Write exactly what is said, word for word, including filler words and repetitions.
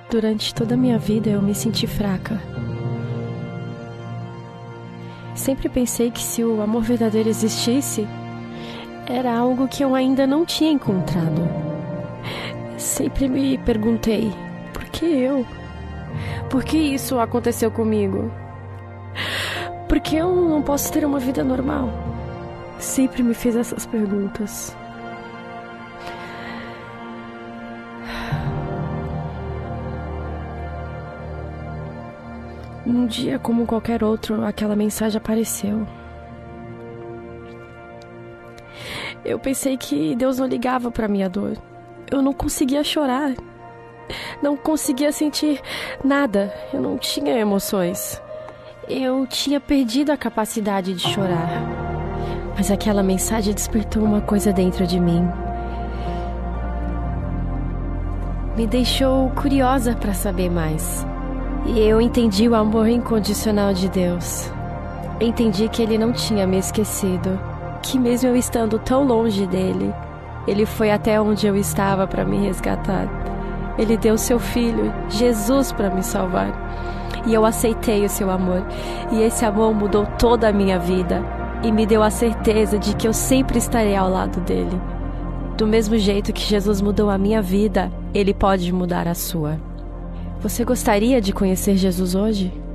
Durante toda a minha vida eu me senti fraca. Sempre pensei que se o amor verdadeiro existisse, era algo que eu ainda não tinha encontrado. Sempre me perguntei, por que eu? Por que isso aconteceu comigo? Por que eu não posso ter uma vida normal? Sempre me fiz essas perguntas. Um dia, como qualquer outro, aquela mensagem apareceu. Eu pensei que Deus não ligava para minha dor. Eu não conseguia chorar. Não conseguia sentir nada. Eu não tinha emoções. Eu tinha perdido a capacidade de chorar. Mas aquela mensagem despertou uma coisa dentro de mim. Me deixou curiosa para saber mais. E eu entendi o amor incondicional de Deus. Entendi que Ele não tinha me esquecido. Que mesmo eu estando tão longe dEle, Ele foi até onde eu estava para me resgatar. Ele deu seu Filho, Jesus, para me salvar. E eu aceitei o seu amor. E esse amor mudou toda a minha vida. E me deu a certeza de que eu sempre estarei ao lado dEle. Do mesmo jeito que Jesus mudou a minha vida, Ele pode mudar a sua. Você gostaria de conhecer Jesus hoje?